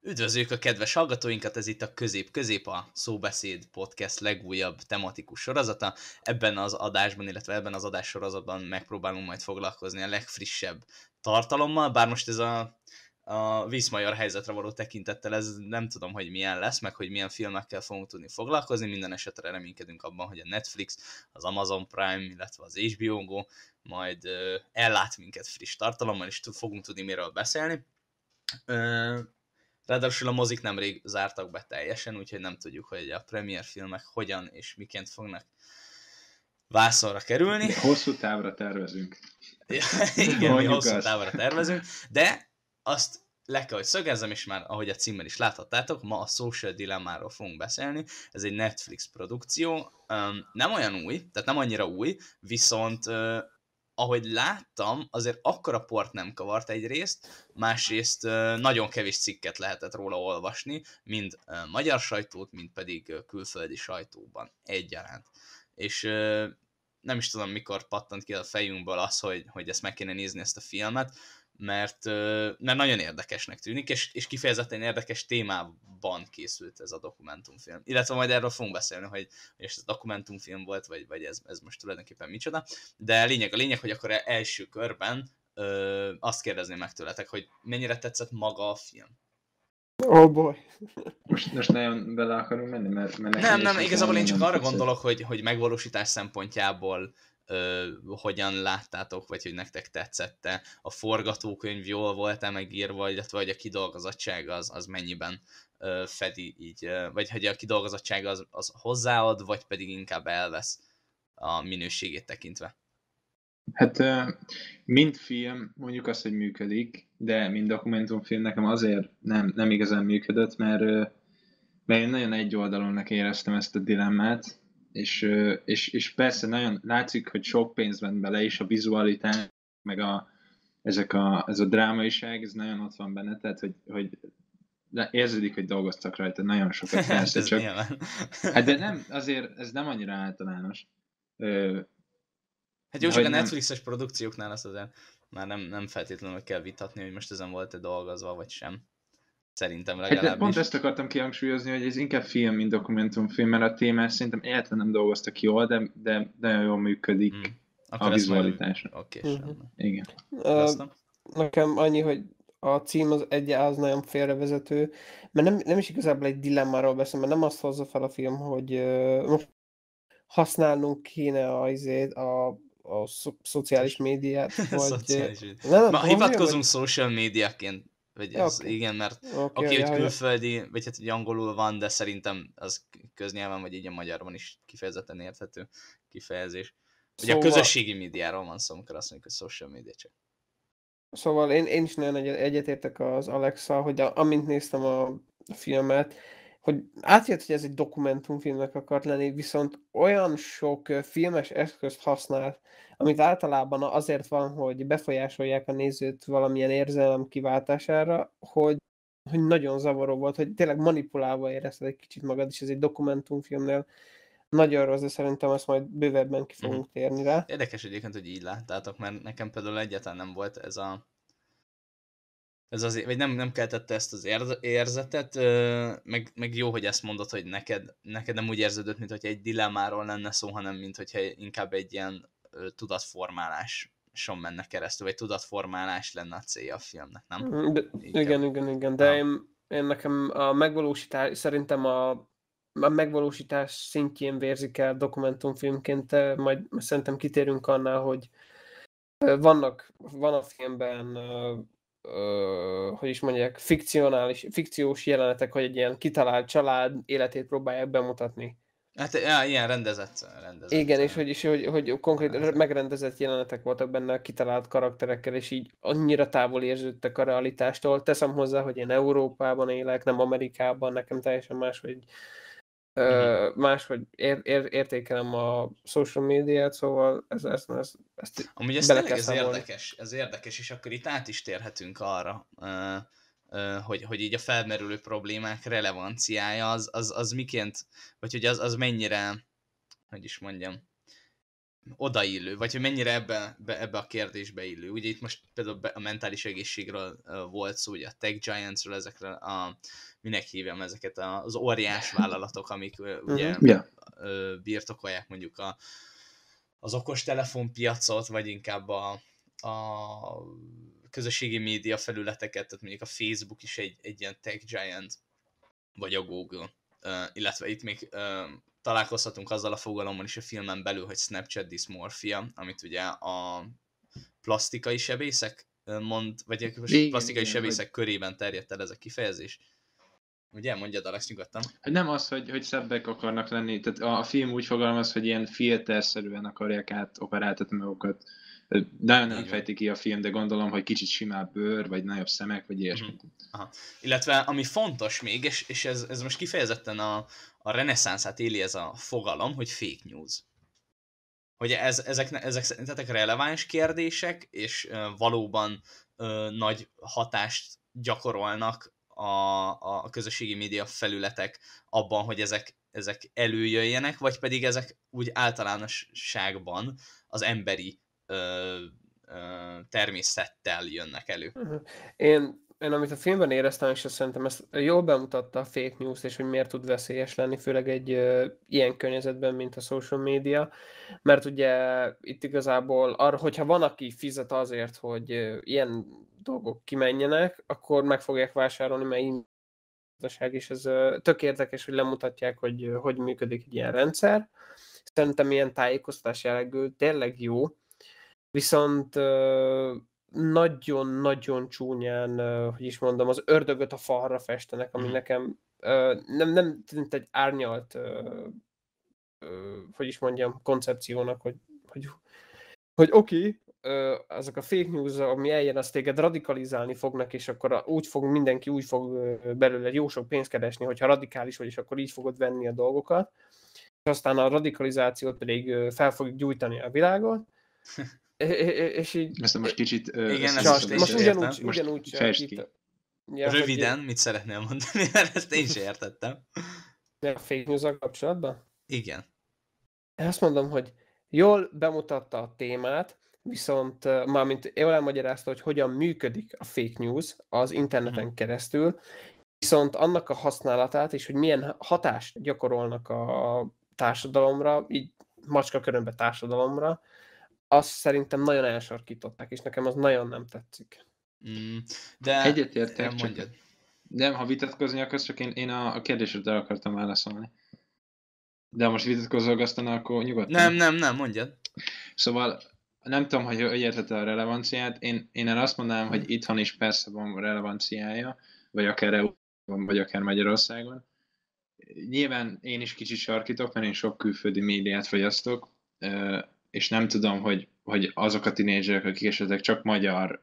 Üdvözlők a kedves hallgatóinkat, ez itt a Közép-Közép, a Szóbeszéd Podcast legújabb tematikus sorozata. Ebben az adásban, illetve ebben az adássorozatban megpróbálunk majd foglalkozni a legfrissebb tartalommal, bár most ez a vízmajor helyzetre való tekintettel ez nem tudom, hogy milyen lesz, meg hogy milyen filmekkel fogunk tudni foglalkozni. Minden esetre reménykedünk abban, hogy a Netflix, az Amazon Prime, illetve az HBO Go majd ellát minket friss tartalommal, és fogunk tudni miről beszélni. Ráadásul a mozik nemrég zártak be teljesen, úgyhogy nem tudjuk, hogy a premier filmek hogyan és miként fognak vászonra kerülni. De hosszú távra tervezünk. Igen, mi hosszú távra tervezünk, de azt le kell, hogy szögezzem, és már ahogy a címmel is láthattátok, ma a Social Dilemmáról fogunk beszélni. Ez egy Netflix produkció, nem olyan új, tehát nem annyira új, viszont ahogy láttam, azért akkora port nem kavart egyrészt, másrészt nagyon kevés cikket lehetett róla olvasni, mind magyar sajtót, mind pedig külföldi sajtóban egyaránt. És nem is tudom, mikor pattant ki a fejünkből az, hogy ezt meg kéne nézni, ezt a filmet, mert nagyon érdekesnek tűnik, és kifejezetten érdekes témában készült ez a dokumentumfilm. Illetve majd erről fogunk beszélni, hogy ez a dokumentumfilm volt, vagy ez most tulajdonképpen micsoda. De a lényeg, hogy akkor első körben azt kérdezném meg tőletek, hogy mennyire tetszett maga a film. Oh boy. Most nagyon bele akarunk menni, mert nem, igazából én csak arra gondolok, hogy megvalósítás szempontjából hogyan láttátok, vagy hogy nektek tetszette. A forgatókönyv jól volt-e megírva, illetve hogy a kidolgozottság az mennyiben fedi így, vagy hogy a kidolgozottság az hozzáad, vagy pedig inkább elvesz a minőségét tekintve. Hát mind film, mondjuk azt, hogy működik, de mind dokumentumfilm nekem azért nem igazán működött, mert én nagyon egyoldalúnak éreztem ezt a dilemmát, és persze nagyon látszik, hogy sok pénz ment bele, és a vizualitás, meg ez a drámaiság, ez nagyon ott van benne, tehát hogy érződik, hogy dolgoztak rajta nagyon sokat, persze csak. Hát de nem, azért ez nem annyira általános. Hát jó, csak a Netflixes produkcióknál azt azért már nem feltétlenül kell vitatni, hogy most ezen volt-e dolgozva, vagy sem. Szerintem legalábbis. Hát pont ezt akartam kihangsúlyozni, hogy ez inkább film, mint dokumentumfilm, mert a témát szerintem egyáltalán nem dolgoztak jól, de nagyon jól működik a vizualitás. Oké, igen. Nekem annyi, hogy a cím az nagyon félrevezető, mert nem is igazából egy dilemmáról beszél, mert nem azt hozza fel a film, hogy most használnunk kéne a szociális médiát, vagy... Ma hivatkozunk social médiaként, vagy igen, mert aki hogy külföldi, vagy hát hogy angolul van, de szerintem az köznyelven, vagy így a magyarban is kifejezetten érthető kifejezés. Ugye szóval... a közösségi médiáról van szó, amikor azt mondjuk, hogy social media csak. Szóval én is nagyon egyetértek az Alexa, hogy amint néztem a filmet, hogy átjött, hogy ez egy dokumentumfilmnek akart lenni, viszont olyan sok filmes eszközt használ, amit általában azért van, hogy befolyásolják a nézőt valamilyen érzelem kiváltására, hogy nagyon zavaró volt, hogy tényleg manipulálva érezted egy kicsit magad, és ez egy dokumentumfilmnél nagyon rossz, de szerintem ezt majd bővebben ki fogunk térni rá. Érdekes egyébként, hogy így láttátok, mert nekem például egyáltalán nem volt ez az, vagy nem keltette ezt az érzetet, meg jó, hogy ezt mondod, hogy neked nem úgy érződött, mint hogy egy dilemmáról lenne szó, hanem mint hogyha inkább egy ilyen tudatformáláláson menne keresztül, vagy tudatformálás lenne a célja a filmnek, nem? Igen, de én nekem a megvalósítás, szerintem a megvalósítás szintjén vérzik el dokumentumfilmként, majd szerintem kitérünk annál, hogy van a filmben hogy is mondják, fikciós jelenetek, hogy egy ilyen kitalált család életét próbálják bemutatni. Hát ilyen rendezett. Igen, és hogy konkrét megrendezett jelenetek voltak benne kitalált karakterekkel, és így annyira távol érződtek a realitástól. Teszem hozzá, hogy én Európában élek, nem Amerikában, nekem teljesen máshogy értékelem a social médiát, szóval ezt amúgy ez tényleg ez érdekes, és akkor itt át is térhetünk arra, hogy így a felmerülő problémák relevanciája az miként, vagy hogy az mennyire, hogy is mondjam, odaillő, vagy hogy mennyire ebbe a kérdésbe illő. Ugye itt most például a mentális egészségről volt szó, ugye a tech giantsről, ezekről minek hívjam ezeket az óriás vállalatok, amik ugye birtokolják mondjuk az okostelefon piacot, vagy inkább a közösségi média felületeket, tehát mondjuk a Facebook is egy ilyen tech giant, vagy a Google. Illetve itt még találkozhatunk azzal a fogalommal is a filmen belül, hogy Snapchat dysmorphia, amit ugye a plastikai sebészek vagy plastikai sebészek körében terjedt el ez a kifejezés. Ugye? Mondjad, Alex, nyugodtan. Nem az, hogy szebbek akarnak lenni, tehát a film úgy fogalmaz, hogy ilyen filterszerűen akarják átoperáltatni magukat. Nagyon nem fejti ki a film, de gondolom, hogy kicsit simább bőr, vagy nagyobb szemek, vagy ilyesmi. Aha. Illetve ami fontos még, és ez most kifejezetten a reneszánszát éli ez a fogalom, hogy fake news. Hogy ezek szerintetek releváns kérdések, és valóban nagy hatást gyakorolnak a közösségi média felületek abban, hogy ezek előjöjjenek, vagy pedig ezek úgy általánosságban az emberi természettel jönnek elő. Én amit a filmben éreztem, és szerintem ezt jól bemutatta a fake news, és hogy miért tud veszélyes lenni, főleg egy ilyen környezetben, mint a social media, mert ugye itt igazából arra, hogyha van, aki fizet azért, hogy ilyen dolgok kimenjenek, akkor meg fogják vásárolni, mert gazdaság, és ez tök érdekes, hogy lemutatják, hogy működik egy ilyen rendszer. Szerintem ilyen tájékoztatás jellegű tényleg jó, viszont nagyon-nagyon csúnyán, hogy is mondom, az ördögöt a falra festenek, ami nekem nem tűnt egy árnyalt, hogy is mondjam, koncepciónak, hogy oké, azok a fake news, ami eljön, az téged radikalizálni fognak, és akkor mindenki úgy fog belőle jó sok pénzt keresni, hogyha radikális vagy, és akkor így fogod venni a dolgokat, és aztán a radikalizációt pedig fel fogjuk gyújtani a világot, és így... Ezt most kicsit... Igen, most ugyanúgy fejtsd ki. Röviden, mit szeretnél mondani, mert ezt én sem értettem. A fake news-al kapcsolatban? Igen. Én azt mondom, hogy jól bemutatta a témát, viszont mármint jól elmagyarázta, hogy hogyan működik a fake news az interneten keresztül, viszont annak a használatát, és hogy milyen hatást gyakorolnak a társadalomra, így macska körömbe társadalomra, azt szerintem nagyon elsarkították, és nekem az nagyon nem tetszik. De egyetértek, csak nem, ha vitatkozni akarsz, csak én a kérdésre akartam válaszolni. De most vitatkozol gaztana, akkor nyugodtan. Nem, mondjad. Szóval nem tudom, hogy érted a relevanciát. Én azt mondanám, hogy itthon is persze van relevanciája, vagy akár EU-ban, vagy akár Magyarországon. Nyilván én is kicsit sarkítok, mert én sok külföldi médiát fogyasztok, és nem tudom, hogy azok a tinédzserek, akik esetleg csak magyar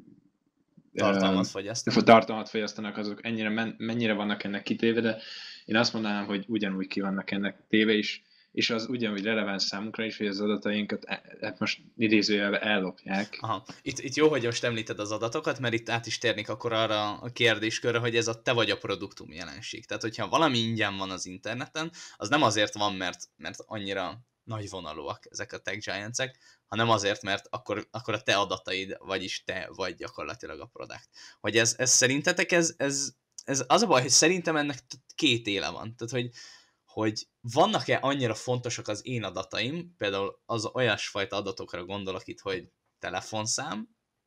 tartalmat fogyasztanak, azok mennyire vannak ennek kitéve, de én azt mondanám, hogy ugyanúgy ki vannak ennek téve is, és az ugyanúgy releváns számunkra is, hogy az adatainkat most idézőjelben ellopják. Aha. Itt jó, hogy most említed az adatokat, mert itt át is térnék akkor arra a kérdéskörre, hogy ez a te vagy a produktum jelenség. Tehát, hogyha valami ingyen van az interneten, az nem azért van, mert annyira nagyvonalúak ezek a tech giantsek, hanem azért, mert akkor a te adataid, vagyis te vagy gyakorlatilag a product. Hogy ez szerintetek, ez az a baj, hogy szerintem ennek két éle van. Tehát, hogy vannak-e annyira fontosak az én adataim, például az olyasfajta adatokra gondolok itt, hogy telefonszám,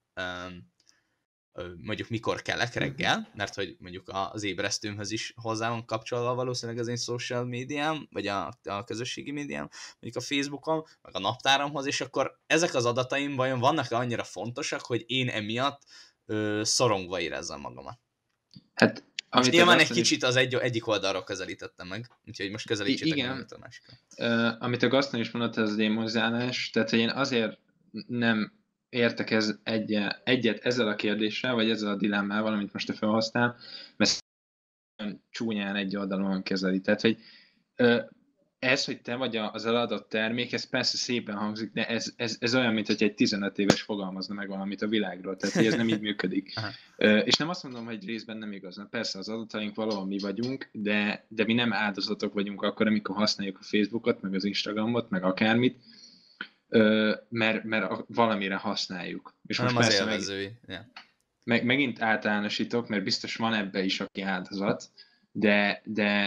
mondjuk mikor kelek reggel, mert hogy mondjuk az ébresztőmhöz is hozzá van kapcsolva valószínűleg az én social médiám, vagy a közösségi médiám, mondjuk a Facebookon, meg a naptáramhoz, és akkor ezek az adataim vajon vannak-e annyira fontosak, hogy én emiatt szorongva érezzem magamat? Hát, most nyilván egy kicsit az egyik oldalról közelítettem meg, úgyhogy most közelítsétek meg a másikra. Amit a Gaszton is mondott, ez a démonizálás, tehát hogy én azért nem értek egyet ezzel a kérdéssel, vagy ezzel a dilemmával, amit most te felhoztál, mert csúnyán egy oldalon kezeli. Tehát, hogy ez, hogy te vagy az eladott termék, ez persze szépen hangzik, de ez olyan, mint hogy egy 15 éves fogalmazna meg valamit a világról, tehát ez nem így működik. És nem azt mondom, hogy részben nem igaz, na persze az adataink valahol mi vagyunk, de mi nem áldozatok vagyunk akkor, amikor használjuk a Facebookot, meg az Instagramot, meg akármit, mert valamire használjuk. És hanem most az persze élvezői. Yeah. megint általánosítok, mert biztos van ebbe is, aki áldozat, de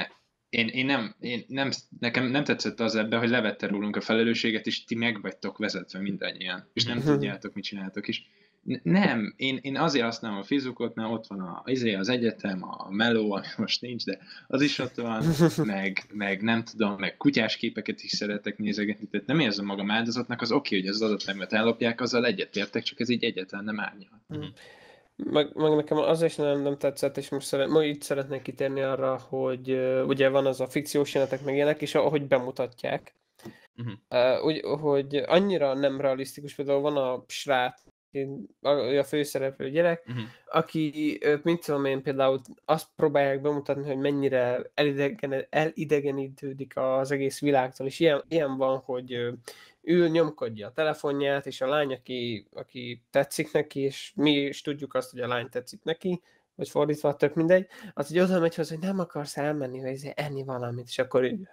nekem nem tetszett az ebbe, hogy levette rólunk a felelősséget, és ti meg vagytok vezetve mindannyian, és nem tudjátok, mit csináltok is. Nem, én azért használom a Facebookot, mert ott van az egyetem, a meló, ami most nincs, de az is ott van, meg nem tudom, meg kutyás képeket is szeretek nézegetni, tehát nem érzem magam áldozatnak, az oké, hogy az adatlemet ellopják, azzal egyetértek, csak ez így egyáltalán nem árnyal. Meg nekem az is nem tetszett, és most itt szeretnék kitérni arra, hogy ugye van az a fikciós jelenetek meg ilyenek, és ahogy bemutatják, hogy annyira nem realisztikus, például van a srác, a főszereplő gyerek, aki, mint tudom én, például azt próbálják bemutatni, hogy mennyire elidegenítődik az egész világtól, és ilyen van, hogy nyomkodja a telefonját, és a lány, aki tetszik neki, és mi is tudjuk azt, hogy a lány tetszik neki, vagy fordítva, tök mindegy, az így oda megy hozzá, hogy nem akarsz elmenni, vagy enni valamit, és akkor így,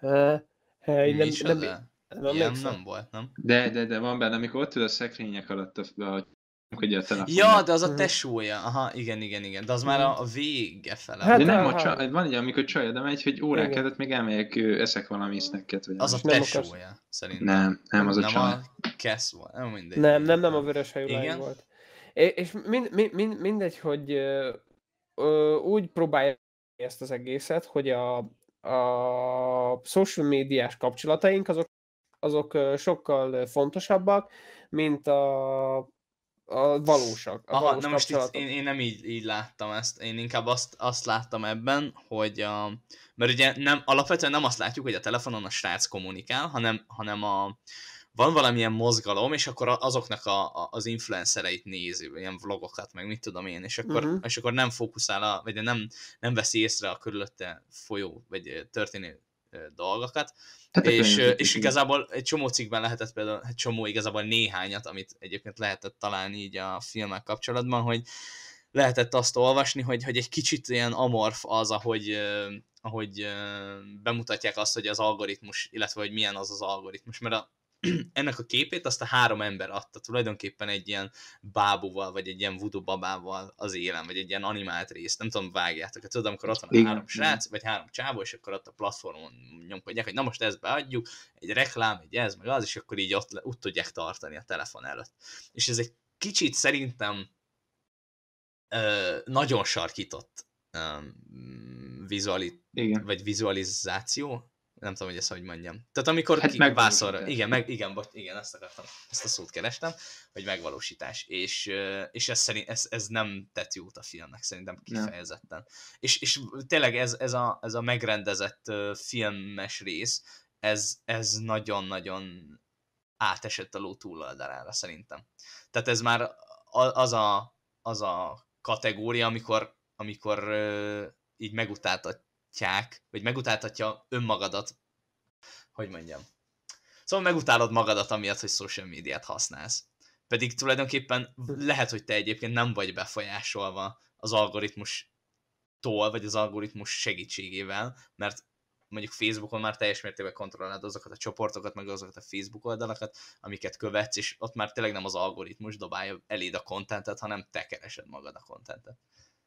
nem volt, nem? De van benne, amikor ott ül a szekrények alatt ugye a telefonját. Ja, de az a tesója. Aha, igen. De az már a vége fele. Hát, de nem, van egy, amikor csaj oda megy, hogy órák előtt még elmegyek, eszek valami snacket. Az a tesója, szerintem. Nem, az a csaj. Nem a Cass volt, nem mindegy. Nem a vörös hajú lány volt. És mindegy, hogy úgy próbálja ezt az egészet, hogy a social médiás kapcsolataink azok sokkal fontosabbak, mint a valósak. Aha, na most itt én nem így láttam ezt, én inkább azt láttam ebben, hogy mert ugye alapvetően nem azt látjuk, hogy a telefonon a srác kommunikál, hanem van valamilyen mozgalom, és akkor azoknak az influencereit nézi, ilyen vlogokat, meg mit tudom én, és akkor nem fókuszál, vagy nem veszi észre a körülötte folyó, vagy történő dolgokat. Hát és igazából egy csomó cikkben lehetett például, igazából néhányat, amit egyébként lehetett találni így a filmek kapcsolatban, hogy lehetett azt olvasni, hogy egy kicsit ilyen amorf az, ahogy bemutatják azt, hogy az algoritmus, illetve hogy milyen az algoritmus, mert ennek a képét azt a 3 ember adta tulajdonképpen egy ilyen bábúval, vagy egy ilyen voodoo babával az élen, vagy egy ilyen animált részt, nem tudom, vágjátok, tudod, amikor ott van 3 srác, vagy 3 csávó, és akkor ott a platformon nyomkodják, hogy na most ezt beadjuk, egy reklám, egy ez, meg az, és akkor így ott tudják tartani a telefon előtt. És ez egy kicsit szerintem nagyon sarkított vizualizáció, nem tudom, hogy ezt hogy mondjam. Tehát amikor vászorra, igen, ezt akartam, ezt a szót kerestem, hogy megvalósítás, és ez nem tett jót a filmnek, szerintem kifejezetten. És tényleg ez a megrendezett filmes rész, ez nagyon-nagyon átesett a ló túloldalára szerintem. Tehát ez már az a kategória, amikor így megutáltatják, vagy megutáltatja önmagadat, hogy mondjam. Szóval megutálod magadat amiatt, hogy social médiát használsz. Pedig tulajdonképpen lehet, hogy te egyébként nem vagy befolyásolva az algoritmustól, vagy az algoritmus segítségével, mert mondjuk Facebookon már teljes mértékben kontrollálod azokat a csoportokat, meg azokat a Facebook oldalakat, amiket követsz, és ott már tényleg nem az algoritmus dobálja eléd a contentet, hanem te keresed magad a contentet.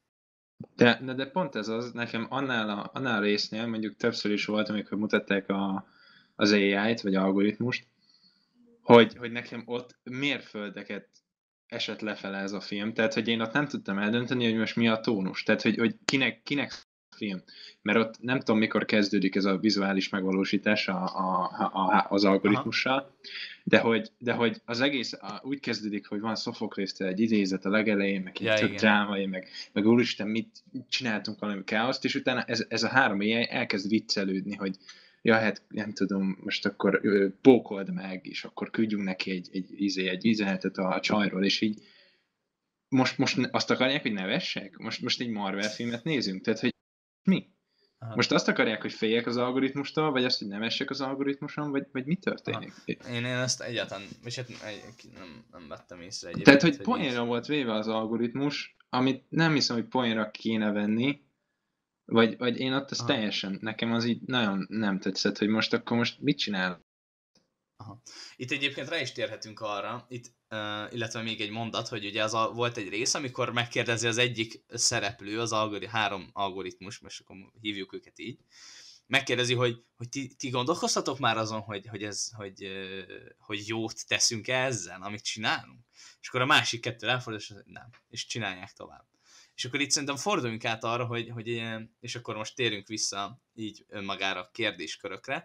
De pont ez az, nekem annál a résznél, mondjuk többször is volt, amikor mutatták az AI-t, vagy algoritmust, hogy nekem ott mérföldeket esett lefele ez a film, tehát hogy én ott nem tudtam eldönteni, hogy most mi a tónus, tehát hogy kinek film, mert ott nem tudom, mikor kezdődik ez a vizuális megvalósítás az algoritmussal, de hogy az egész úgy kezdődik, hogy van Szofoklésztől egy idézet a legelején, meg egy drámai, meg úristen, mit csináltunk valami káoszt, és utána ez a 3 AI elkezd viccelődni, hogy ja, hát nem tudom, most akkor pókold meg, és akkor küldjünk neki egy üzenetet a csajról, és így most azt akarják, hogy nevessek? Most egy Marvel filmet nézünk, tehát hogy mi? Aha. Most azt akarják, hogy féljek az algoritmustól, vagy azt, hogy nevessek az algoritmuson, vagy mi történik? Én ezt egyáltalán, és hát nem vettem észre egyébként. Tehát, hogy poénra volt véve az algoritmus, amit nem hiszem, hogy poénra kéne venni, vagy én ott teljesen, nekem az így nagyon nem tetszett, hogy most mit csinál? Aha. Itt egyébként rá is térhetünk arra, illetve még egy mondat, hogy ugye volt egy rész, amikor megkérdezi az egyik szereplő, az 3 algoritmus, most akkor hívjuk őket így, megkérdezi, hogy ti gondolkoztatok már azon, hogy jót teszünk ezzel, amit csinálunk? És akkor a másik kettő elfordul, és nem, és csinálják tovább. És akkor itt szerintem forduljunk át arra, hogy és akkor most térünk vissza így önmagára a kérdéskörökre,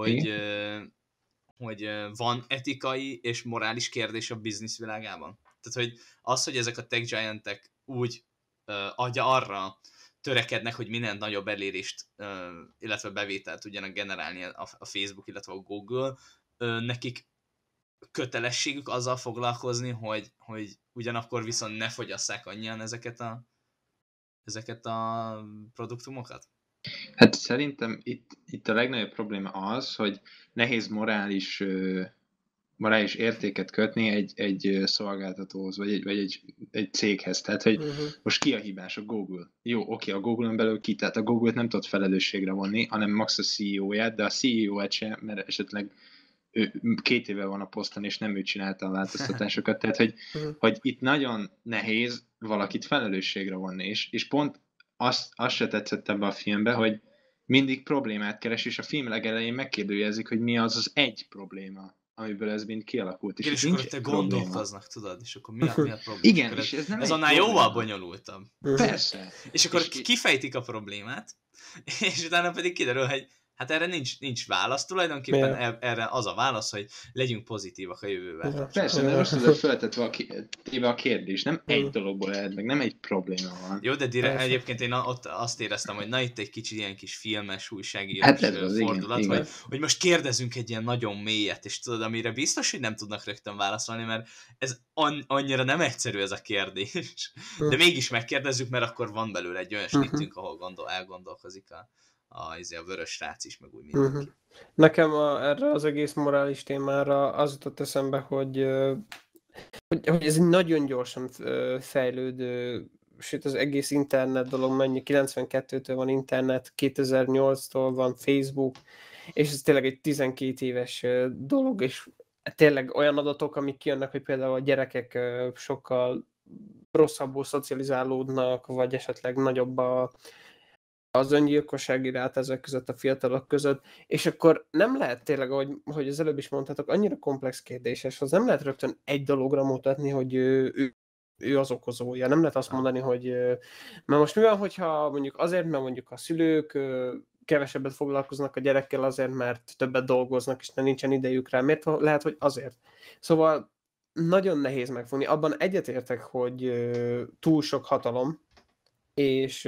hogy van etikai és morális kérdés a biznisz világában. Tehát, hogy az, hogy ezek a tech giantek úgy arra törekednek, hogy minél nagyobb elérést, illetve bevételt tudjanak generálni a Facebook, illetve a Google, nekik kötelességük azzal foglalkozni, hogy ugyanakkor viszont ne fogyasszák annyian ezeket a produktumokat? Hát szerintem itt a legnagyobb probléma az, hogy nehéz morális értéket kötni egy szolgáltatóhoz, vagy egy céghez. Tehát, hogy most ki a hibás? A Google. Jó, oké, a Google-on belül ki, tehát a Google-t nem tudod felelősségre vonni, hanem max a CEO-ját, de a CEO-et sem, mert esetleg ő 2 éve van a poszton, és nem ő csinálta a változtatásokat. Tehát, hogy itt nagyon nehéz valakit felelősségre vonni, és pont azt se tetszett ebbe a filmbe, hogy mindig problémát keres, és a film legelején megkérdőjelezik, hogy mi az egy probléma, amiből ez mind kialakult. Igen, és akkor te gondolkoznak, tudod, és akkor mi a probléma? Igen, és ez nem ez annál jóval bonyolultabb. Persze. És akkor kifejtik a problémát, és utána pedig kiderül, hogy hát erre nincs válasz, tulajdonképpen erre az a válasz, hogy legyünk pozitívak a jövővel. Persze, mert most tudod feltetve a kérdés, nem egy dologból lehet meg, nem egy probléma van. Jó, de egyébként én ott azt éreztem, hogy na itt egy kicsi ilyen kis filmes, újságírós fordulat, igen. Hogy most kérdezünk egy ilyen nagyon mélyet, és tudod, amire biztos, hogy nem tudnak rögtön válaszolni, mert ez annyira nem egyszerű ez a kérdés. De mégis megkérdezzük, mert akkor van belőle egy olyan snittünk, ahol elgondolkozik a vörös srác is, meg úgy mindenki. Nekem erre az egész morális témára az jutott eszembe, hogy ez egy nagyon gyorsan fejlődő, sőt az egész internet dolog mennyi, 92-től van internet, 2008-tól van Facebook, és ez tényleg egy 12 éves dolog, és tényleg olyan adatok, amik kijönnek, hogy például a gyerekek sokkal rosszabbul szocializálódnak, vagy esetleg nagyobb az öngyilkossági ráta ezek között, a fiatalok között, és akkor nem lehet tényleg, hogy az előbb is mondhatok, annyira komplex kérdéses, az nem lehet rögtön egy dologra mutatni, hogy ő az okozója. Nem lehet azt mondani, hogy mert most mi van, hogyha mondjuk azért, mert mondjuk a szülők kevesebbet foglalkoznak a gyerekkel azért, mert többet dolgoznak, és nincsen idejük rá. Miért lehet, hogy azért? Szóval nagyon nehéz megfogni. Abban egyetértek, hogy túl sok hatalom, és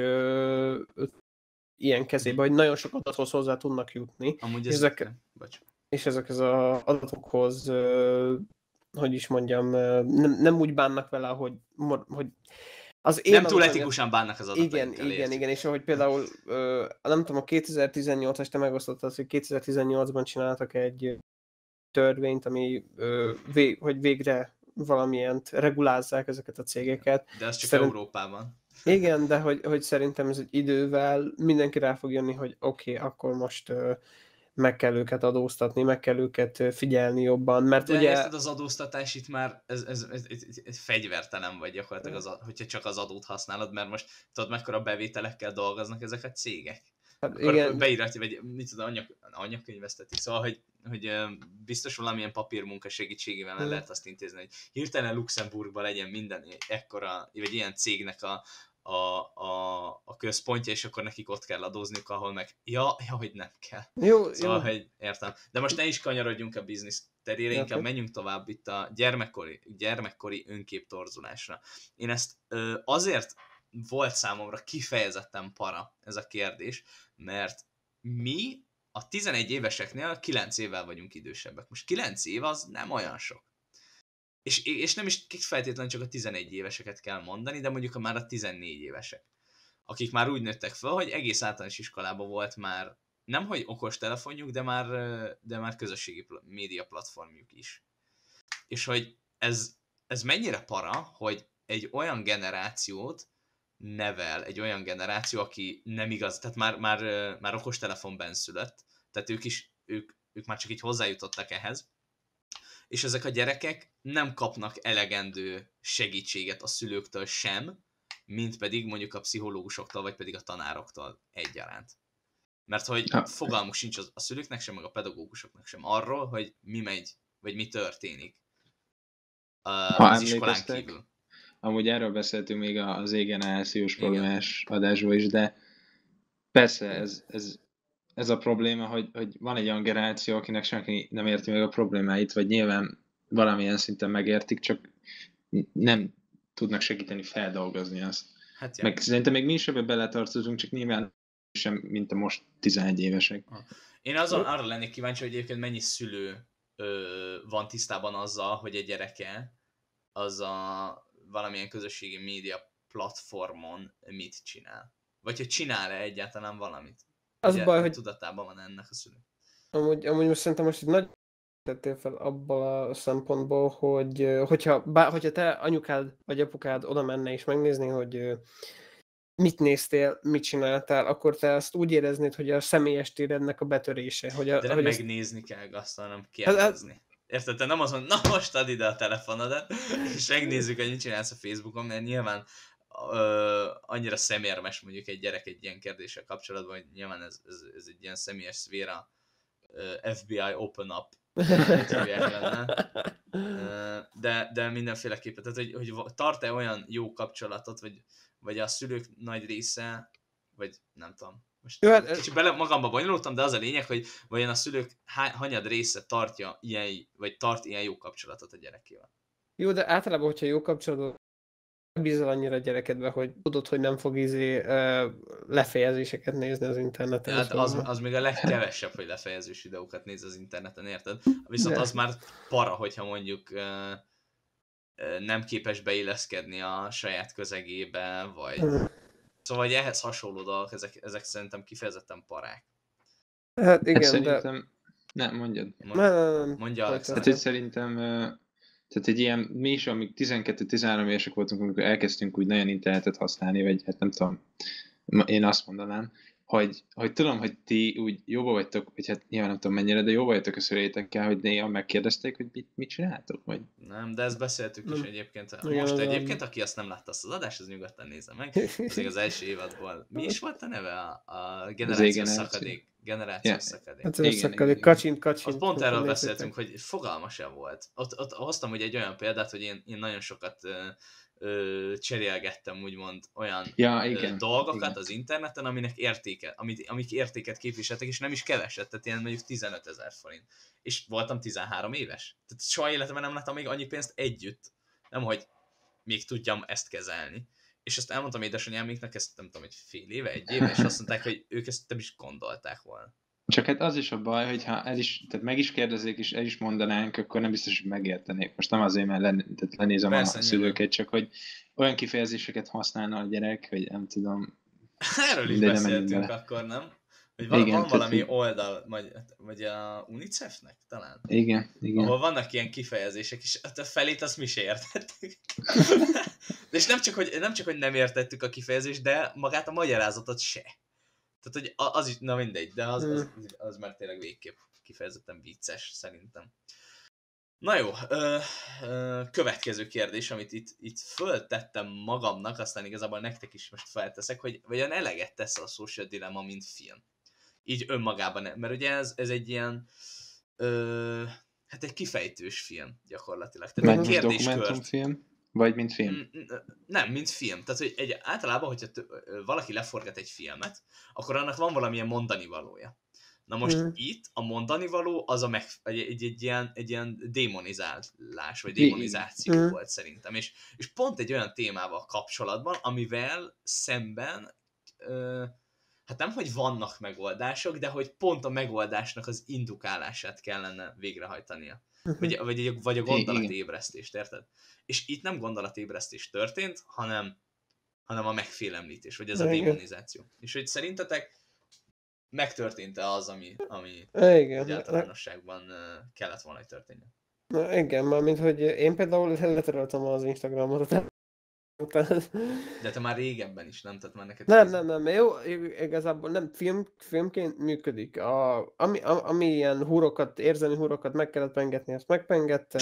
ilyen kezébe, hogy nagyon sok adathoz hozzá tudnak jutni. Amúgy és ezekhez az adatokhoz, hogy is mondjam, nem úgy bánnak vele, hogy az nem túl etikusan bánnak az adatainkkal. Igen, és ahogy például, nem tudom, a 2018-as, te megosztottad, hogy 2018-ban csináltak egy törvényt, ami, hogy végre valamilyent regulázzák ezeket a cégeket. De ez csak Európában. Igen, de hogy szerintem ez egy idővel mindenki rá fog jönni, hogy oké, akkor most meg kell őket adóztatni, meg kell őket figyelni jobban, mert de ugye... érted, az adóztatás itt már ez fegyvertelen vagy gyakorlatilag, hogyha csak az adót használod, mert most tudod, mekkora bevételekkel dolgoznak ezek a cégek. Hát akkor igen. Beíratja, vagy mit tudom, anyakönyvesztetik. Szóval, hogy biztos valamilyen papírmunka segítségével el lehet azt intézni, hogy hirtelen Luxemburgban legyen minden ekkora, vagy ilyen cégnek a központja, és akkor nekik ott kell adózniuk, ahol meg hogy nem kell. Jó, szóval, hogy értem. De most ne is kanyarodjunk a biznisz terére, inkább menjünk tovább itt a gyermekkori önképtorzulásra. Én ezt azért volt számomra kifejezetten para ez a kérdés, mert mi a 11 éveseknél 9 évvel vagyunk idősebbek. Most 9 év az nem olyan sok. És nem is feltétlenül csak a 11 éveseket kell mondani, de mondjuk már a 14 évesek, akik már úgy nőttek fel, hogy egész általános iskolában volt már nemhogy okostelefonjuk, de már közösségi média platformjuk is. És hogy ez mennyire para, hogy egy olyan generációt nevel, egy olyan generáció, aki nem igaz, tehát már okostelefon benszülött, tehát ők már csak így hozzájutottak ehhez, és ezek a gyerekek nem kapnak elegendő segítséget a szülőktől sem, mint pedig mondjuk a pszichológusoktól, vagy pedig a tanároktól egyaránt. Mert hogy fogalmuk sincs a szülőknek sem, meg a pedagógusoknak sem arról, hogy mi megy, vagy mi történik az iskolán kívül. Amúgy erről beszéltünk még az égenerációs problémás adásban is, de persze ez a probléma, hogy van egy olyan generáció, akinek senki nem érti meg a problémáit, vagy nyilván valamilyen szinten megértik, csak nem tudnak segíteni feldolgozni azt. Hát meg szerintem még mi is ebbe beletartozunk, csak nyilván sem, mint a most 11 évesek. Én arra lennék kíváncsi, hogy egyébként mennyi szülő van tisztában azzal, hogy egy gyereke az a valamilyen közösségi média platformon mit csinál. Vagy hogy csinál-e egyáltalán valamit. Az baj, hogy tudatában van ennek a szülő. Amúgy most szerintem most itt nagy tettél fel abból a szempontból, hogy hogyha te anyukád vagy apukád oda menne és megnézni, hogy mit néztél, mit csináltál, akkor te azt úgy éreznéd, hogy a személyes térednek a betörése. De nem hogy megnézni kell azt, hanem kérdezni. Érted? Te nem azt mondod, na most add ide a telefonodat, és megnézzük, hogy mit csinálsz a Facebookon, mert nyilván annyira szemérmes mondjuk egy gyerek egy ilyen kérdéssel kapcsolatban, hogy nyilván ez egy ilyen személyes szféra, FBI open up, de mindenféleképpen, tehát hogy tart-e olyan jó kapcsolatot, vagy a szülők nagy része, vagy nem tudom. Most kicsit magamba bonyolultam, de az a lényeg, hogy vajon a szülők hanyad része tartja tart ilyen jó kapcsolatot a gyerekével. Jó, de általában, hogyha jó kapcsolatot bízol annyira a gyerekedbe, hogy tudod, hogy nem fog lefejezéseket nézni az interneten. Hát az még a legkevesebb, hogy lefejezős videókat néz az interneten, érted? Viszont az már para, hogyha mondjuk nem képes beilleszkedni a saját közegébe, vagy... Szóval hogy ehhez hasonló dolgok, ezek szerintem kifejezetten parák. Hát igen, szerintem... Nem, mondjad. Mondja Alex. Hát, hogy szerintem... Tehát egy ilyen, mi is, amíg 12-13 évesek voltunk, amikor elkezdtünk úgy nagyon internetet használni, vagy hát nem tudom, én azt mondanám, hogy tudom, hogy ti úgy jóba vagytok, vagy hát nyilván nem tudom mennyire, de jóba vagytok a szüleitekkel, hogy néha megkérdezték, hogy mit csináltok, vagy... Nem, de ezt beszéltük is egyébként. Most egyébként, aki azt nem látta azt az adást, az nyugodtan nézze meg. Ez az első évadból. Mi is volt a neve? A generációs szakadék. Generációs szakadék. Hát ez szakadék, kacsint. Ott pont erről beszéltünk, hogy fogalma sem volt. Ott hoztam ugye egy olyan példát, hogy én nagyon sokat cserélgettem úgymond olyan dolgokat az interneten, amik értéket képviseltek, és nem is keveset, tehát ilyen mondjuk 15 000 forint. És voltam 13 éves. Tehát soha életemben nem láttam még annyi pénzt együtt. Nem, hogy még tudjam ezt kezelni. És ezt elmondtam édesanyámiknak, ezt nem tudom, egy fél éve, egy éve, és azt mondták, hogy ők ezt nem is gondolták volna. Csak hát az is a baj, hogy ha tehát meg is kérdezik, és el is mondanánk, akkor nem biztos, hogy megértenék. Most nem azért, mert lenézem persze, a szülőket, csak hogy olyan kifejezéseket használna a gyerek, hogy nem tudom. Erről is beszéltünk akkor, nem? Hogy van valami oldal, vagy a UNICEF-nek talán? Igen. Ahol vannak ilyen kifejezések, és a felét azt mi se értettük. És nem csak, hogy nem értettük a kifejezést, de magát a magyarázatot se. Tehát, hogy az is, na mindegy, de az már tényleg végképp kifejezetten vicces, szerintem. Na jó, következő kérdés, amit itt föltettem magamnak, aztán igazából nektek is most felteszek, hogy vajon eleget tesz a Social Dilemma, mint film. Így önmagában, mert ugye ez egy ilyen, hát egy kifejtős film gyakorlatilag. Tehát egy dokumentumfilm? Vagy mint film? Nem, mint film. Tehát, hogy általában, hogyha valaki leforgat egy filmet, akkor annak van valamilyen mondani valója. Na most itt a mondani való az egy ilyen démonizálás, vagy démonizáció volt szerintem. És pont egy olyan témával kapcsolatban, amivel szemben, hát nem, hogy vannak megoldások, de hogy pont a megoldásnak az indukálását kellene végrehajtania. Vagy a gondolatébresztést, érted? És itt nem gondolatébresztés történt, hanem a megfélemlítés, vagy ez a démonizáció. És hogy szerintetek megtörtént-e az, ami általánosságban kellett volna, hogy történjen? Igen, mármint, hogy én például letöröltem az Instagramot, De te már régebben is, nem? Tehát már neked Nem, jó, igazából nem, filmként működik. Ami ilyen húrokat, érzelmi húrokat meg kellett pengetni, azt megpengette.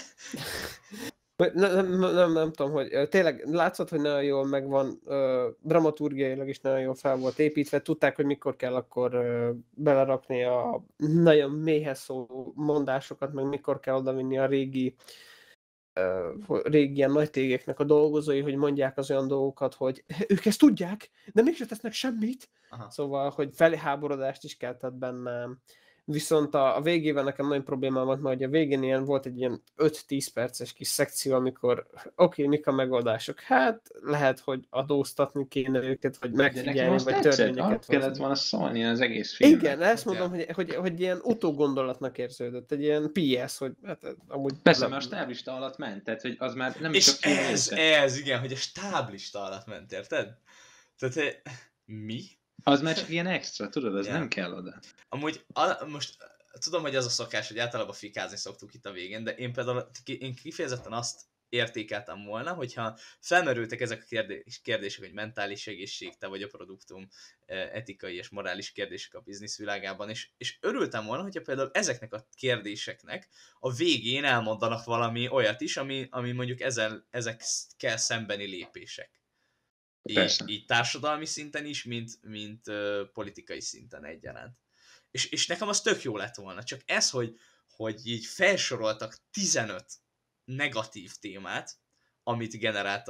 Nem tudom, hogy tényleg látszott, hogy nagyon jól megvan, dramaturgiailag is nagyon jól fel volt építve, tudták, hogy mikor kell akkor belerakni a nagyon mélyhez szóló mondásokat, meg mikor kell odavinni a régi ilyen nagy cégeknek a dolgozói, hogy mondják az olyan dolgokat, hogy ők ezt tudják, de mégse tesznek semmit. Aha. Szóval, hogy felháborodást is keltett bennem. Viszont a végében nekem nagyon problémám volt, mert a végén ilyen volt egy ilyen 5-10 perces kis szekció, amikor mik a megoldások? Hát lehet, hogy adóztatni kéne őket, vagy megfigyelni, vagy törvényeket kellett volna szólni az egész filmnek. Igen, ezt mondom, hogy ilyen utógondolatnak érződött, egy ilyen PS, hogy hát amúgy... Persze, mert a stáblista alatt ment, tehát hogy az már nem és is a film ez, igen, hogy a stáblista alatt ment, érted? Tehát, mi? Az már csak ilyen extra, tudod, az nem kell oda. Amúgy most tudom, hogy az a szokás, hogy általában fikázni szoktuk itt a végén, de én például kifejezetten azt értékeltem volna, hogyha felmerültek ezek a kérdések, hogy mentális egészség, te vagy a produktum, etikai és morális kérdések a biznisz világában, és örültem volna, hogyha például ezeknek a kérdéseknek a végén elmondanak valami olyat is, ami mondjuk ezekkel szembeni lépések. Így társadalmi szinten is, mint politikai szinten egyaránt. És nekem az tök jó lett volna. Csak ez, hogy így felsoroltak 15 negatív témát, amit generált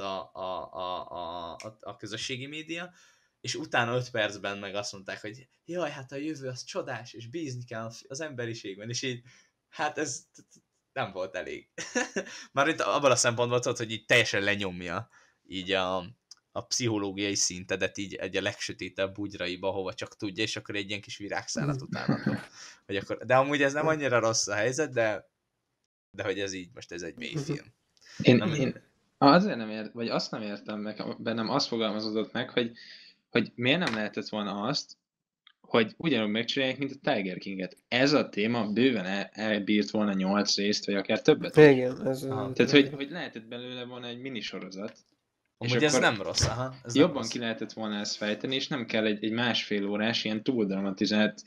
a közösségi média, és utána 5 percben meg azt mondták, hogy jaj, hát a jövő az csodás, és bízni kell az emberiségben, és így, hát ez nem volt elég. Már itt abban a szempontból tudod, hogy így teljesen lenyomja így a pszichológiai szintedet így egy a legsötétebb bugyraiba, hova csak tudja, és akkor egy ilyen kis virágszálat utána dob. De amúgy ez nem annyira rossz a helyzet, de hogy ez így, most ez egy mély film. Én azért nem vagy azt nem értem meg, bennem azt fogalmazódott meg, hogy miért nem lehetett volna azt, hogy ugyanúgy megcsinálják, mint a Tiger King-et. Ez a téma bőven elbírt volna 8 részt, vagy akár többet. Igen. Tehát, hogy lehetett belőle volna egy minisorozat. Amúgy ez nem rossz, aha. Ez jobban nem rossz. Ki lehetett volna ezt fejteni, és nem kell egy másfél órás ilyen túldramatizált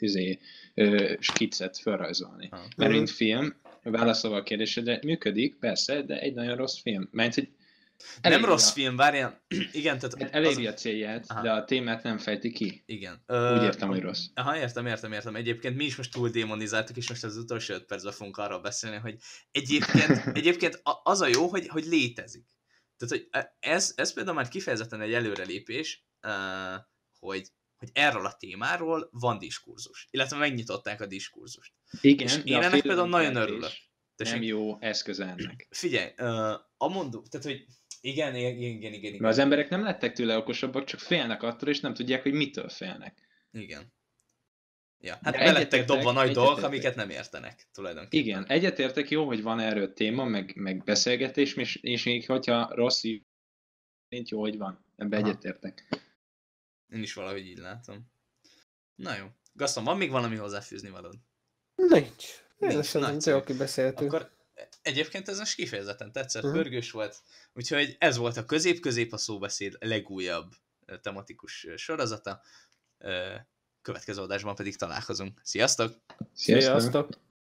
skiccet felrajzolni. Mert mint film, válaszolva a kérdésedre, működik, persze, de egy nagyon rossz film. Mert, hogy nem rossz film, várjál. Igen, tehát... Hát eléri a célját, de a témát nem fejti ki. Igen. Úgy értem, hogy rossz. Aha, értem. Egyébként mi is most túl démonizáltuk, és most az utolsó 5 percben fogunk arról beszélni, hogy egyébként az a jó, hogy létezik. Tehát, hogy ez például már kifejezetten egy előrelépés, hogy erről a témáról van diskurzus. Illetve megnyitották a diskurzust. Igen, és én ennek például nagyon örülök. Nem jó eszköz ennek. Figyelj, tehát, hogy igen. Mert az emberek nem lettek tőle okosabbak, csak félnek attól, és nem tudják, hogy mitől félnek. Igen. Ja, hát belettek dobva nagy dolgok, amiket nem értenek tulajdonképpen. Igen, egyetértek, jó, hogy van erről téma, meg beszélgetés, és még hogyha rossz nincs jó, hogy van. Ebben egyetértek. Én is valahogy így látom. Na jó. Gaston, van még valami hozzáfűzni valód? Nincs. Szerintem jól kibeszéltünk. Akkor egyébként ez most kifejezetten tetszett, pörgős volt. Úgyhogy ez volt a Közép-közép a szóbeszéd legújabb tematikus sorozata. Következő adásban pedig találkozunk. Sziasztok! Sziasztok!